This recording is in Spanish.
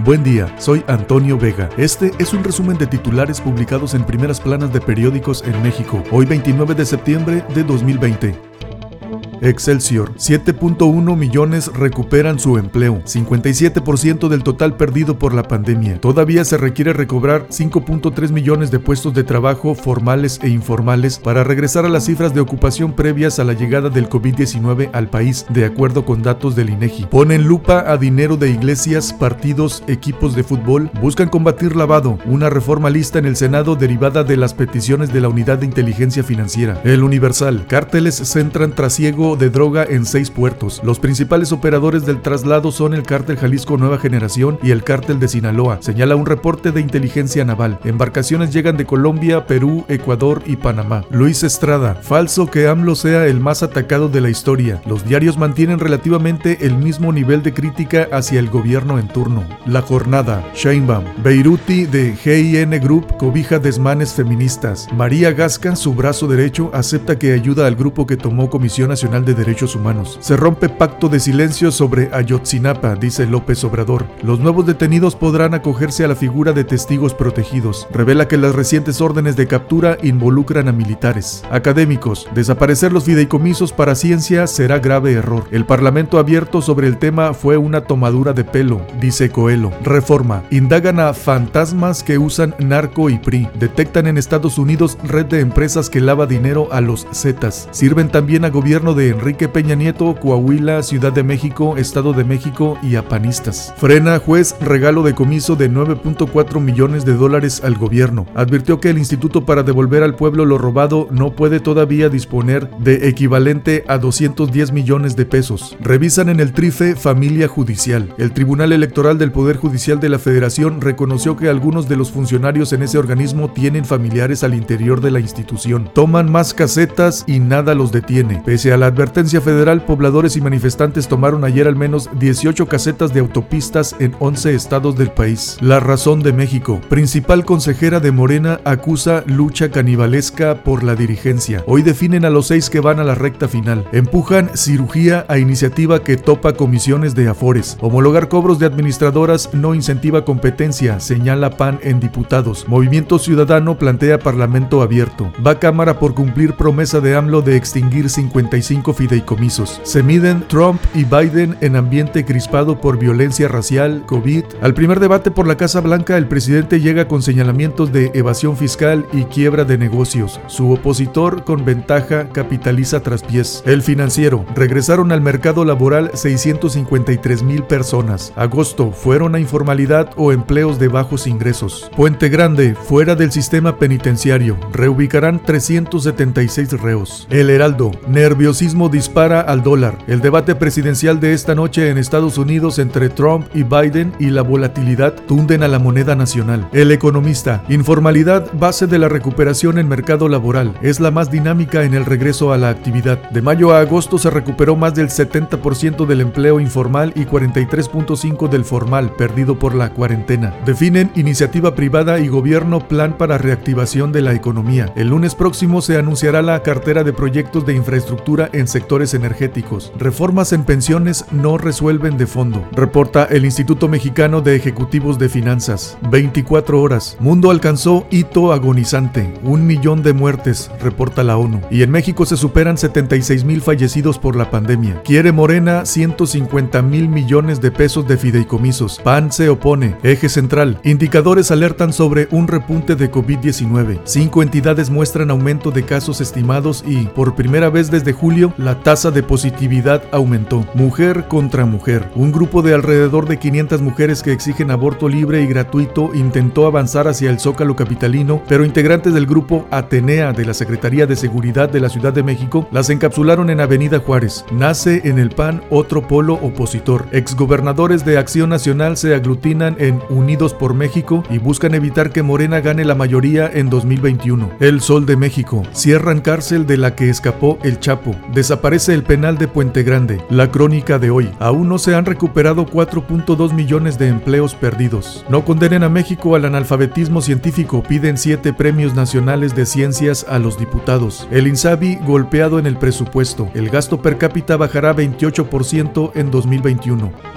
Buen día, soy Antonio Vega. Este es un resumen de titulares publicados en primeras planas de periódicos en México, hoy 29 de septiembre de 2020. Excelsior, 7.1 millones recuperan su empleo, 57% del total perdido por la pandemia. Todavía se requiere recobrar 5.3 millones de puestos de trabajo formales e informales para regresar a las cifras de ocupación previas a la llegada del COVID-19 al país, de acuerdo con datos del INEGI. Ponen lupa a dinero de iglesias, partidos, equipos de fútbol, buscan combatir lavado, una reforma lista en el Senado derivada de las peticiones de la Unidad de Inteligencia Financiera. El Universal, cárteles centran trasiego de droga en 6 puertos. Los principales operadores del traslado son el Cártel Jalisco Nueva Generación y el Cártel de Sinaloa, señala un reporte de inteligencia naval. Embarcaciones llegan de Colombia, Perú, Ecuador y Panamá. Luis Estrada, falso que AMLO sea el más atacado de la historia. Los diarios mantienen relativamente el mismo nivel de crítica hacia el gobierno en turno. La Jornada, Sheinbaum, Beiruti de GIN Group cobija desmanes feministas. María Gasca, su brazo derecho, acepta que ayuda al grupo que tomó Comisión Nacional de Derechos Humanos. Se rompe pacto de silencio sobre Ayotzinapa, dice López Obrador. Los nuevos detenidos podrán acogerse a la figura de testigos protegidos. Revela que las recientes órdenes de captura involucran a militares. Académicos, desaparecer los fideicomisos para ciencia será grave error. El Parlamento abierto sobre el tema fue una tomadura de pelo, dice Coelho. Reforma, indagan a fantasmas que usan narco y PRI. Detectan en Estados Unidos red de empresas que lava dinero a los Zetas. Sirven también a gobierno de Enrique Peña Nieto, Coahuila, Ciudad de México, Estado de México y a panistas. Frena juez regalo de comiso de $9.4 millones al gobierno. Advirtió que el Instituto para devolver al pueblo lo robado no puede todavía disponer de equivalente a 210 millones de pesos. Revisan en el TRIFE familia judicial. El Tribunal Electoral del Poder Judicial de la Federación reconoció que algunos de los funcionarios en ese organismo tienen familiares al interior de la institución. Toman más casetas y nada los detiene. Pese a la advertencia federal, pobladores y manifestantes tomaron ayer al menos 18 casetas de autopistas en 11 estados del país. La Razón de México. Principal consejera de Morena acusa lucha canibalesca por la dirigencia. Hoy definen a los 6 que van a la recta final. Empujan cirugía a iniciativa que topa comisiones de Afores. Homologar cobros de administradoras no incentiva competencia, señala PAN en diputados. Movimiento Ciudadano plantea parlamento abierto. Va Cámara por cumplir promesa de AMLO de extinguir 55 fideicomisos. Se miden Trump y Biden en ambiente crispado por violencia racial, COVID. Al primer debate por la Casa Blanca, el presidente llega con señalamientos de evasión fiscal y quiebra de negocios. Su opositor, con ventaja, capitaliza traspiés. El Financiero. Regresaron al mercado laboral 653,000 personas. Agosto, fueron a informalidad o empleos de bajos ingresos. Puente Grande, fuera del sistema penitenciario. Reubicarán 376 reos. El Heraldo. Nerviosismo dispara al dólar. El debate presidencial de esta noche en Estados Unidos entre Trump y Biden y la volatilidad tunden a la moneda nacional. El Economista. Informalidad, base de la recuperación en mercado laboral. Es la más dinámica en el regreso a la actividad. De mayo a agosto se recuperó más del 70% del empleo informal y 43.5% del formal, perdido por la cuarentena. Definen iniciativa privada y gobierno plan para reactivación de la economía. El lunes próximo se anunciará la cartera de proyectos de infraestructura en sectores energéticos. Reformas en pensiones no resuelven de fondo, reporta el Instituto Mexicano de Ejecutivos de Finanzas. 24 horas. Mundo alcanzó hito agonizante. 1 millón de muertes, reporta la ONU. Y en México se superan 76,000 fallecidos por la pandemia. Quiere Morena 150,000 millones de pesos de fideicomisos. PAN se opone. Eje central. Indicadores alertan sobre un repunte de COVID-19. 5 entidades muestran aumento de casos estimados y, por primera vez desde julio, la tasa de positividad aumentó. Mujer contra mujer. Un grupo de alrededor de 500 mujeres que exigen aborto libre y gratuito intentó avanzar hacia el Zócalo capitalino, pero integrantes del grupo Atenea de la Secretaría de Seguridad de la Ciudad de México las encapsularon en Avenida Juárez. Nace en el PAN otro polo opositor. Exgobernadores de Acción Nacional se aglutinan en Unidos por México y buscan evitar que Morena gane la mayoría en 2021. El Sol de México. Cierran cárcel de la que escapó el Chapo. Desaparece el penal de Puente Grande. La Crónica de hoy. Aún no se han recuperado 4.2 millones de empleos perdidos. No condenen a México al analfabetismo científico. Piden 7 premios nacionales de ciencias a los diputados. El INSABI golpeado en el presupuesto. El gasto per cápita bajará 28% en 2021.